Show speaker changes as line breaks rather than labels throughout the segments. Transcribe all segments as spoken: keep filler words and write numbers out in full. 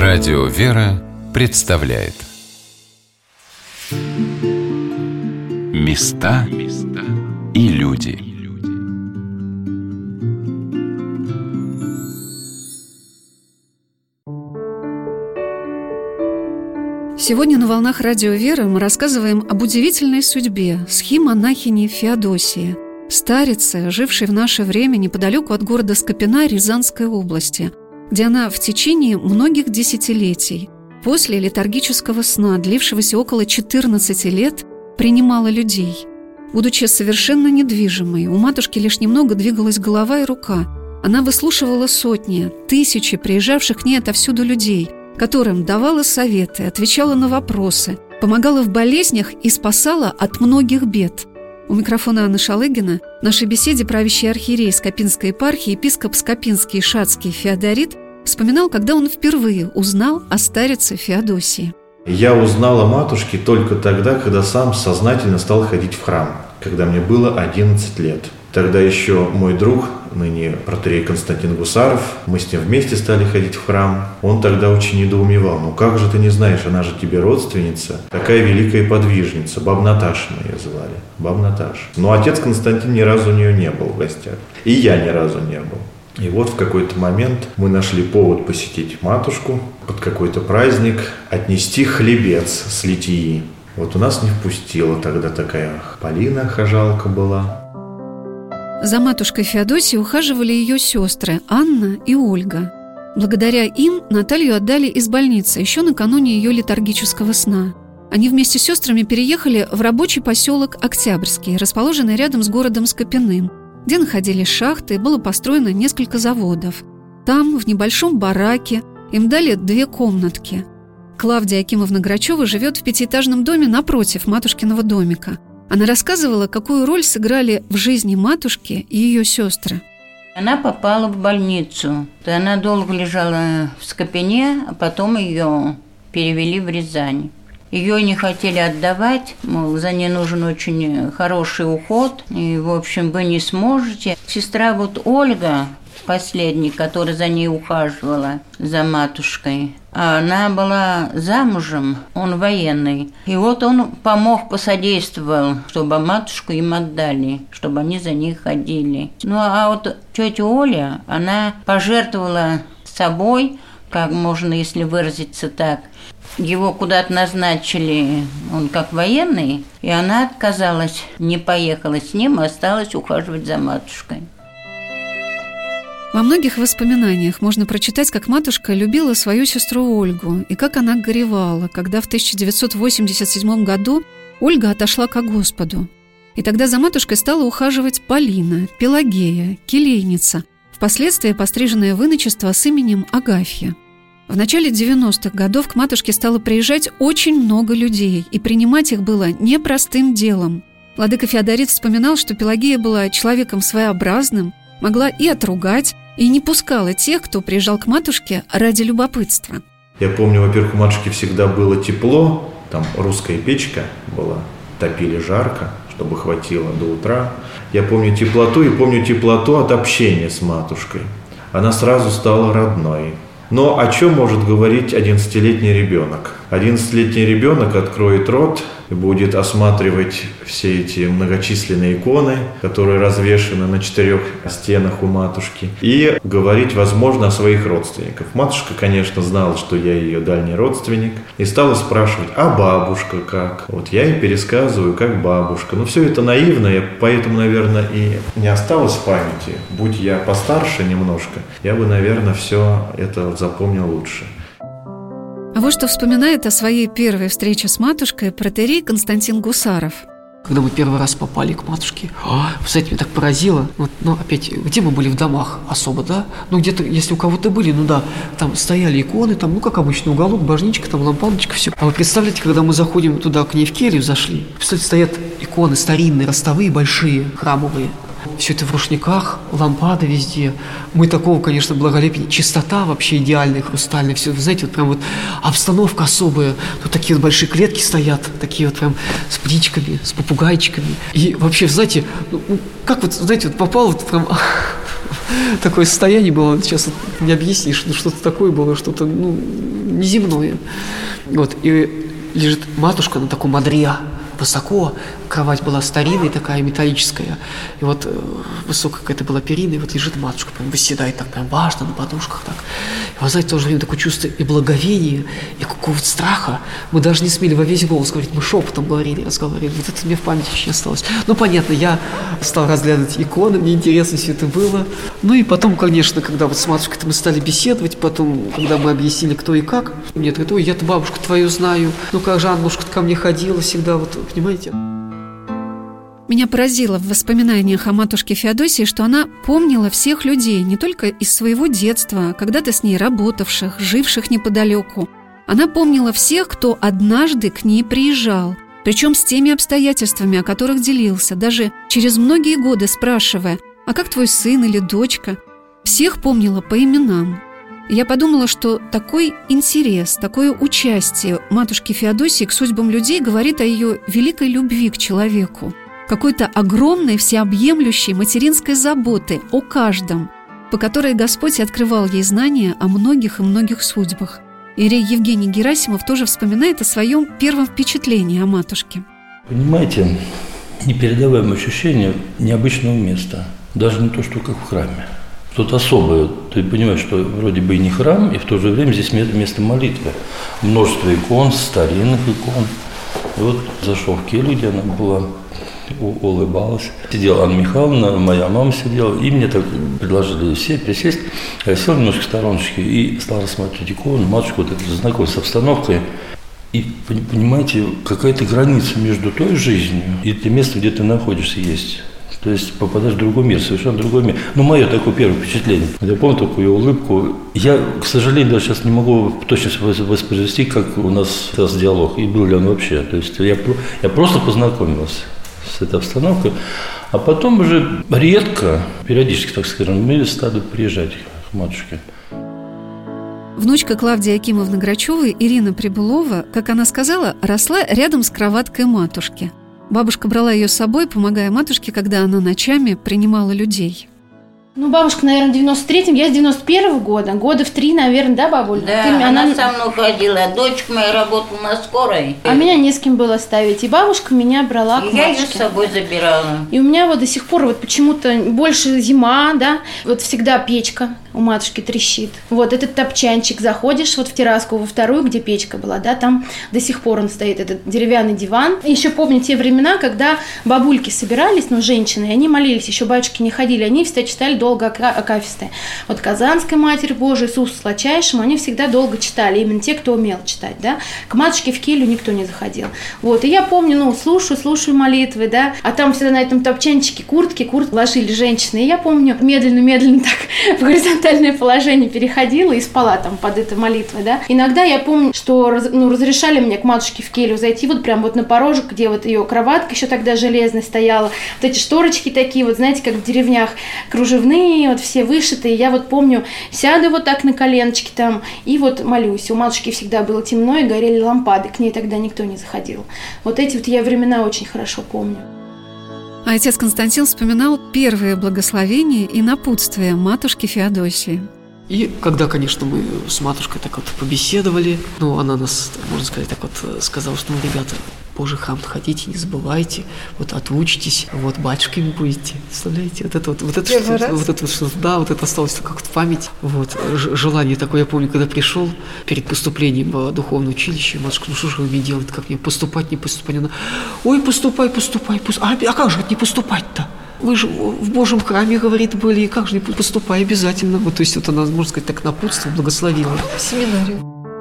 Радио «Вера» представляет Места и люди.
Сегодня на волнах Радио «Вера» мы рассказываем об удивительной судьбе схимонахини Феодосии, старицы, жившей в наше время неподалеку от города Скопина Рязанской области, где она в течение многих десятилетий после летаргического сна, длившегося около четырнадцати лет, принимала людей. Будучи совершенно недвижимой, у матушки лишь немного двигалась голова и рука. Она выслушивала сотни, тысячи приезжавших к ней отовсюду людей, которым давала советы, отвечала на вопросы, помогала в болезнях и спасала от многих бед. У микрофона Анна Шалыгина в нашей беседе правящий архиерей Скопинской епархии, епископ Скопинский Шацкий Феодорит вспоминал, когда он впервые узнал о старице Феодосии.
Я узнал о матушке только тогда, когда сам сознательно стал ходить в храм, когда мне было одиннадцать лет. Тогда еще мой друг, ныне протоиерей Константин Гусаров, мы с ним вместе стали ходить в храм. Он тогда очень недоумевал: ну как же ты не знаешь, она же тебе родственница, такая великая подвижница, баба Наташа мы ее звали, баба Наташа. Но отец Константин ни разу у нее не был в гостях, и я ни разу не был. И вот в какой-то момент мы нашли повод посетить матушку, под какой-то праздник отнести хлебец с литии. Вот у нас не впустила тогда такая Полина, хожалка была.
За матушкой Феодосией ухаживали ее сестры Анна и Ольга. Благодаря им Наталью отдали из больницы еще накануне ее летаргического сна. Они вместе с сестрами переехали в рабочий поселок Октябрьский, расположенный рядом с городом Скопиным, где находились шахты и было построено несколько заводов. Там, в небольшом бараке, им дали две комнатки. Клавдия Акимовна Грачева живет в пятиэтажном доме напротив матушкиного домика. Она рассказывала, какую роль сыграли в жизни матушки и ее сестры.
Она попала в больницу. Она долго лежала в Скопине, а потом ее перевели в Рязань. Ее не хотели отдавать, мол, за ней нужен очень хороший уход, и, в общем, вы не сможете. Сестра вот Ольга, последняя, которая за ней ухаживала, за матушкой, она была замужем, он военный. И вот он помог, посодействовал, чтобы матушку им отдали, чтобы они за ней ходили. Ну, а вот тетя Оля, она пожертвовала собой, как можно, если выразиться так. Его куда-то назначили, он как военный, и она отказалась, не поехала с ним, а осталась ухаживать за матушкой.
Во многих воспоминаниях можно прочитать, как матушка любила свою сестру Ольгу и как она горевала, когда в тысяча девятьсот восемьдесят седьмом году Ольга отошла ко Господу. И тогда за матушкой стала ухаживать Полина, Пелагея, келейница, впоследствии постриженная в иночество с именем Агафья. В начале девяностых годов к матушке стало приезжать очень много людей, и принимать их было непростым делом. Владыка Феодорит вспоминал, что Пелагея была человеком своеобразным, могла и отругать, и не пускала тех, кто приезжал к матушке ради любопытства.
Я помню, во-первых, у матушки всегда было тепло, там русская печка была, топили жарко, чтобы хватило до утра. Я помню теплоту и помню теплоту от общения с матушкой. Она сразу стала родной. Но о чем может говорить одиннадцатилетний ребенок? одиннадцатилетний ребенок откроет рот и будет осматривать все эти многочисленные иконы, которые развешаны на четырех стенах у матушки, и говорить, возможно, о своих родственниках. Матушка, конечно, знала, что я ее дальний родственник, и стала спрашивать: а бабушка как? Вот я ей пересказываю, как бабушка. Но все это наивно, и поэтому, наверное, и не осталось в памяти. Будь я постарше немножко, я бы, наверное, все это запомнил лучше.
А вот что вспоминает о своей первой встрече с матушкой протоиерей Константин Гусаров.
Когда мы первый раз попали к матушке, кстати, меня так поразило. Вот, ну, опять, где мы были в домах особо, да? Ну, где-то, если у кого-то были, ну да, там стояли иконы, там, ну, как обычно, уголок, божничка, там, лампадочка, все. А вы представляете, когда мы заходим туда, к ней в келью зашли, представляете, стоят иконы старинные, ростовые, большие, храмовые. Все это в рушниках, лампады везде. Мы такого, конечно, благолепия, чистота вообще идеальная, хрустальная. Все, вы знаете, вот прям вот обстановка особая. Тут такие вот большие клетки стоят, такие вот прям с птичками, с попугайчиками. И вообще, знаете, ну, как вот, знаете, вот попал вот прям такое состояние было, сейчас не объяснишь, ну что-то такое было, что-то, ну, неземное. Вот, и лежит матушка на таком одре, высоко, кровать была старинная такая, металлическая, и вот э, высокая какая-то была перина, и вот лежит матушка, прям восседает так прям важно на подушках так. И вы знаете, в то же время такое чувство и благоговения, и какого-то страха. Мы даже не смели во весь голос говорить, мы шепотом говорили, разговаривали. Вот это мне в памяти очень осталось. Ну, понятно, я стал разглядывать иконы, мне интересно все это было. Ну и потом, конечно, когда вот с матушкой-то мы стали беседовать, потом, когда мы объяснили, кто и как, мне говорят, ой, я-то бабушку твою знаю, ну как же Аннушка-то ко мне ходила всегда, вот, понимаете?
Меня поразило в воспоминаниях о матушке Феодосии, что она помнила всех людей, не только из своего детства, когда-то с ней работавших, живших неподалеку. Она помнила всех, кто однажды к ней приезжал, причем с теми обстоятельствами, о которых делился, даже через многие годы спрашивая, а как твой сын или дочка? Всех помнила по именам. Я подумала, что такой интерес, такое участие матушки Феодосии к судьбам людей говорит о ее великой любви к человеку, какой-то огромной, всеобъемлющей материнской заботы о каждом, по которой Господь открывал ей знания о многих и многих судьбах. Иерей Евгений Герасимов тоже вспоминает о своем первом впечатлении о матушке.
Понимаете, непередаваемое ощущение необычного места, даже не то, что как в храме. Что-то особое. Ты понимаешь, что вроде бы и не храм, и в то же время здесь место молитвы. Множество икон, старинных икон. И вот зашел в келью, где она была, улыбалась. Сидела Анна Михайловна, моя мама сидела, и мне так предложили все присесть. Я сел немножко в стороночке и стал рассматривать икону, матушку, вот это знакомиться с обстановкой. И, понимаете, какая-то граница между той жизнью и тем местом, где ты находишься, есть. То есть попадаешь в другой мир, совершенно другой мир. Ну, мое такое первое впечатление. Я помню такую улыбку. Я, к сожалению, даже сейчас не могу точно воспроизвести, как у нас сейчас диалог, и был ли он вообще. То есть я, я просто познакомился с этой обстановкой. А потом уже редко, периодически, так скажем, мы стали приезжать к матушке.
Внучка Клавдии Акимовны Грачевой, Ирина Прибылова, как она сказала, росла рядом с кроваткой матушки. Бабушка брала ее с собой, помогая матушке, когда она ночами принимала людей.
Ну, бабушка, наверное, в девяносто третьем, я с девяносто первого года, года в три, наверное, да, бабуль?
Да,
Ты,
она,
она
со мной ходила, а дочка моя работала на скорой.
А меня не с кем было оставить, и бабушка меня брала
и
к
я
матушке.
ее с собой забирала.
И у меня вот до сих пор вот почему-то больше зима, да, вот всегда печка у матушки трещит. Вот этот топчанчик, заходишь вот в терраску во вторую, где печка была, да, там до сих пор он стоит, этот деревянный диван. И еще помню те времена, когда бабульки собирались, ну, женщины, и они молились, еще батюшки не ходили, они всегда читали долго акафисты. Вот Казанская Матерь Божия, Иисус Сладчайшему, они всегда долго читали, именно те, кто умел читать, да. К матушке в келью никто не заходил. Вот, и я помню, ну, слушаю, слушаю молитвы, да, а там всегда на этом топчанчике куртки, куртки ложили женщины, и я помню, медленно-медленно так в горизонтальное положение переходила и спала там под этой молитвой, да. Иногда я помню, что, ну, разрешали мне к матушке в келью зайти вот прям вот на порожек, где вот ее кроватка еще тогда железная стояла, вот эти шторочки такие, вот знаете, как в деревнях, кружевные, вот все вышитые. Я вот помню, сяду вот так на коленочки там и вот молюсь. У матушки всегда было темно и горели лампады, к ней тогда никто не заходил. Вот эти вот я времена очень хорошо помню.
А отец Константин вспоминал первые благословения и напутствия матушки Феодосии.
И когда, конечно, мы с матушкой так вот побеседовали, ну, она нас, можно сказать, так вот сказала, что, ну, ребята, Божий храм ходите, не забывайте, вот отучитесь, вот батюшками будете, представляете, вот это вот, вот это что-то, вот это вот что-то, да, вот это осталось как-то в память, вот, Ж- желание такое, я помню, когда пришел перед поступлением в духовное училище, матушка, ну, что же вы мне делаете, как мне поступать, не поступать, она, ой, поступай, поступай, поступай, а, а как же не поступать-то? Вы же в Божьем храме, говорит, были, и как же не поступай обязательно. Вот, то есть вот она, можно сказать, так напутствовала, благословила.
В семинарию.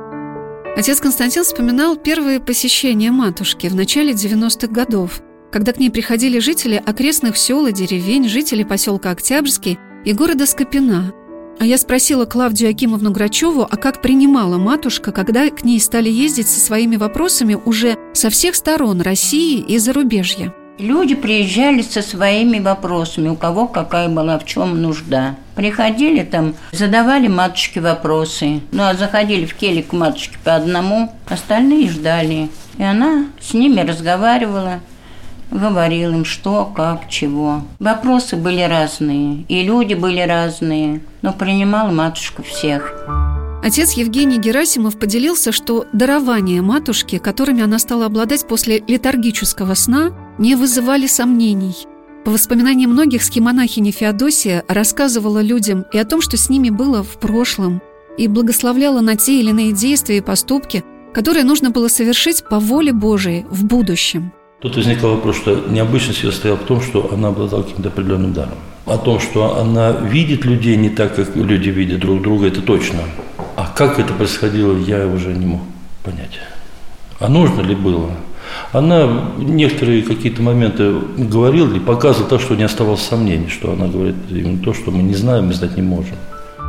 Отец Константин вспоминал первые посещения матушки в начале девяностых годов, когда к ней приходили жители окрестных сел и деревень, жители поселка Октябрьский и города Скопина. А я спросила Клавдию Акимовну Грачеву, а как принимала матушка, когда к ней стали ездить со своими вопросами уже со всех сторон России и зарубежья.
Люди приезжали со своими вопросами, у кого какая была, в чем нужда. Приходили там, задавали матушке вопросы. Ну, а заходили в келью к матушке по одному, остальные ждали. И она с ними разговаривала. говорил им, что, как, чего. Вопросы были разные, и люди были разные, но принимала матушка всех.
Отец Евгений Герасимов поделился, что дарования матушки, которыми она стала обладать после летаргического сна, не вызывали сомнений. По воспоминаниям многих, схимонахиня Феодосия рассказывала людям и о том, что с ними было в прошлом, и благословляла на те или иные действия и поступки, которые нужно было совершить по воле Божией в будущем.
Тут возникал вопрос, что необычность ее состояла в том, что она обладала каким-то определенным даром. О том, что она видит людей не так, как люди видят друг друга, это точно. А как это происходило, я уже не мог понять. А нужно ли было? Она некоторые какие-то моменты говорила и показывала так, что не оставалось сомнений, что она говорит именно то, что мы не знаем, мы знать не можем.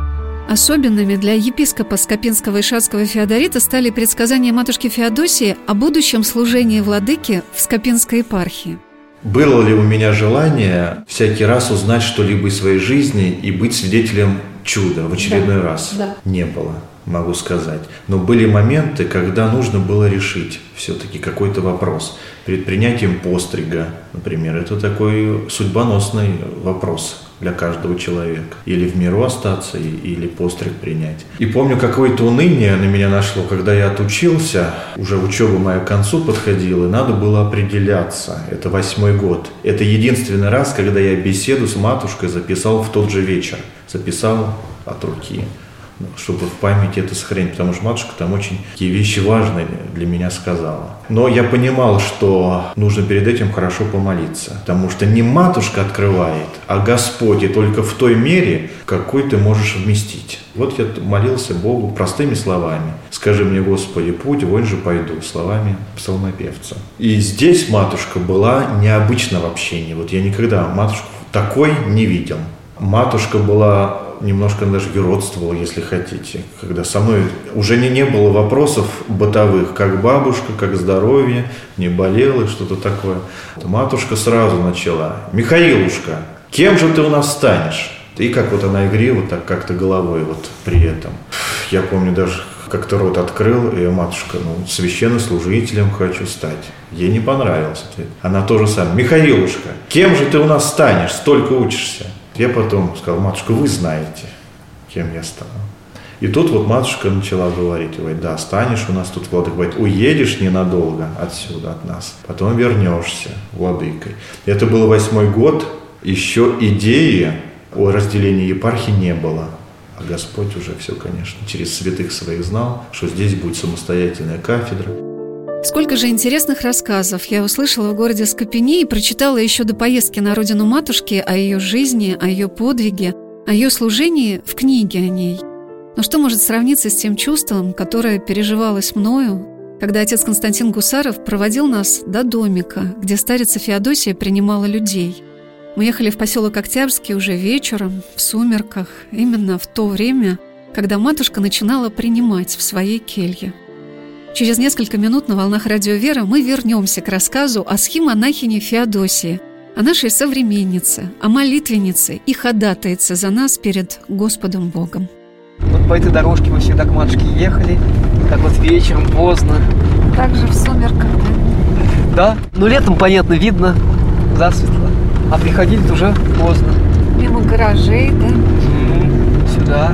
Особенными для епископа Скопинского и Шацкого Феодорита стали предсказания матушки Феодосии о будущем служении владыки в Скопинской епархии.
Было ли у меня желание всякий раз узнать что-либо из своей жизни и быть свидетелем чуда в очередной да, раз? Да. Не было, могу сказать. Но были моменты, когда нужно было решить все-таки какой-то вопрос. Перед принятием пострига, например, это такой судьбоносный вопрос для каждого человека. Или в миру остаться, или постриг принять. И помню, какое-то уныние на меня нашло, когда я отучился, уже учеба моя к концу подходила, и надо было определяться. Это восьмой год. Это единственный раз, когда я беседу с матушкой записал в тот же вечер. Записал от руки, чтобы в памяти это сохранить, потому что матушка там очень такие вещи важные для меня сказала. Но я понимал, что нужно перед этим хорошо помолиться, потому что не матушка открывает, а Господь, и только в той мере, какой ты можешь вместить. Вот я молился Богу простыми словами. «Скажи мне, Господи, путь, вон же пойду», словами псалмопевца. И здесь матушка была необычна в общении. Вот я никогда матушку такой не видел. Матушка была... немножко даже юродствовала, если хотите. Когда со мной уже не, не было вопросов бытовых, как бабушка, как здоровье, не болела, что-то такое. Матушка сразу начала: «Михаилушка, кем же ты у нас станешь?» И как вот она игриво, так как-то головой вот при этом. Я помню, даже как-то рот открыл, и матушка: «Ну, священнослужителем хочу стать». Ей не понравилось. Она тоже самое: «Михаилушка, кем же ты у нас станешь? Столько учишься». Я потом сказал: «Матушка, вы знаете, кем я стану». И тут вот матушка начала говорить: говорит: «Да, станешь у нас тут владыкой». Говорит: «Уедешь ненадолго отсюда, от нас, потом вернешься владыкой». Это был восьмой год, еще идеи о разделении епархии не было. А Господь уже все, конечно, через святых своих знал, что здесь будет самостоятельная кафедра.
Сколько же интересных рассказов я услышала в городе Скопине и прочитала еще до поездки на родину матушки о ее жизни, о ее подвиге, о ее служении в книге о ней. Но что может сравниться с тем чувством, которое переживалось мною, когда отец Константин Гусаров проводил нас до домика, где старица Феодосия принимала людей? Мы ехали в поселок Октябрьский уже вечером, в сумерках, именно в то время, когда матушка начинала принимать в своей келье. Через несколько минут на волнах Радио Вера мы вернемся к рассказу о схимонахине Феодосии, о нашей современнице, о молитвеннице и ходатайце за нас перед Господом Богом.
Вот по этой дорожке мы всегда к матушке ехали, так вот вечером, поздно.
Также в сумерках, да?
Да, но летом, понятно, видно, засветло, а приходили уже поздно.
Мимо гаражей, да?
Mm-hmm. Сюда.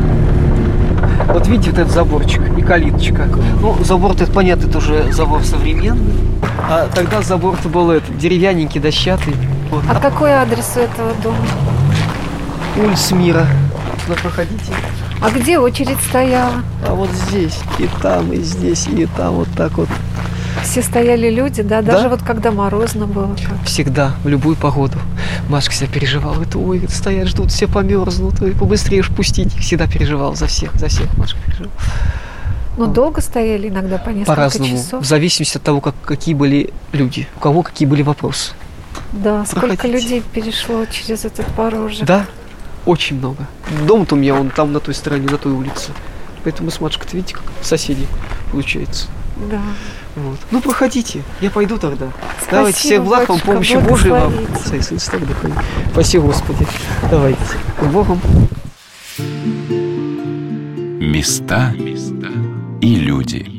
Вот видите, вот этот заборчик и калиточка. Ну, забор-то, это понятно, это уже забор современный. А тогда забор-то был этот, деревянненький, дощатый. Вот.
А какой адрес у этого дома?
Улица Мира. Сюда проходите.
А где очередь стояла?
А вот здесь, и там, и здесь, и там, вот так вот.
Все стояли люди, да? Даже
да?
вот когда морозно было. Как?
Всегда, в любую погоду. Машка себя переживала. Это, ой, стоят, ждут, все померзнут. Ой, побыстрее уж пустить. Всегда переживал за всех, за всех Машка переживала.
Ну, долго стояли иногда по несколько
По-разному,
часов?
В зависимости от того, как, какие были люди, у кого какие были вопросы.
Да,
Проходите.
Сколько людей перешло через этот порожек?
Да, очень много. Дом-то у меня, он там на той стороне, на той улице. Поэтому с Машкой-то, видите, как соседи получается.
Да.
Вот. Ну, проходите, я пойду тогда.
Спасибо,
давайте, всех благ вам, помощи Божией вам. Спасибо, Господи. Давайте. С Богом.
Места и люди.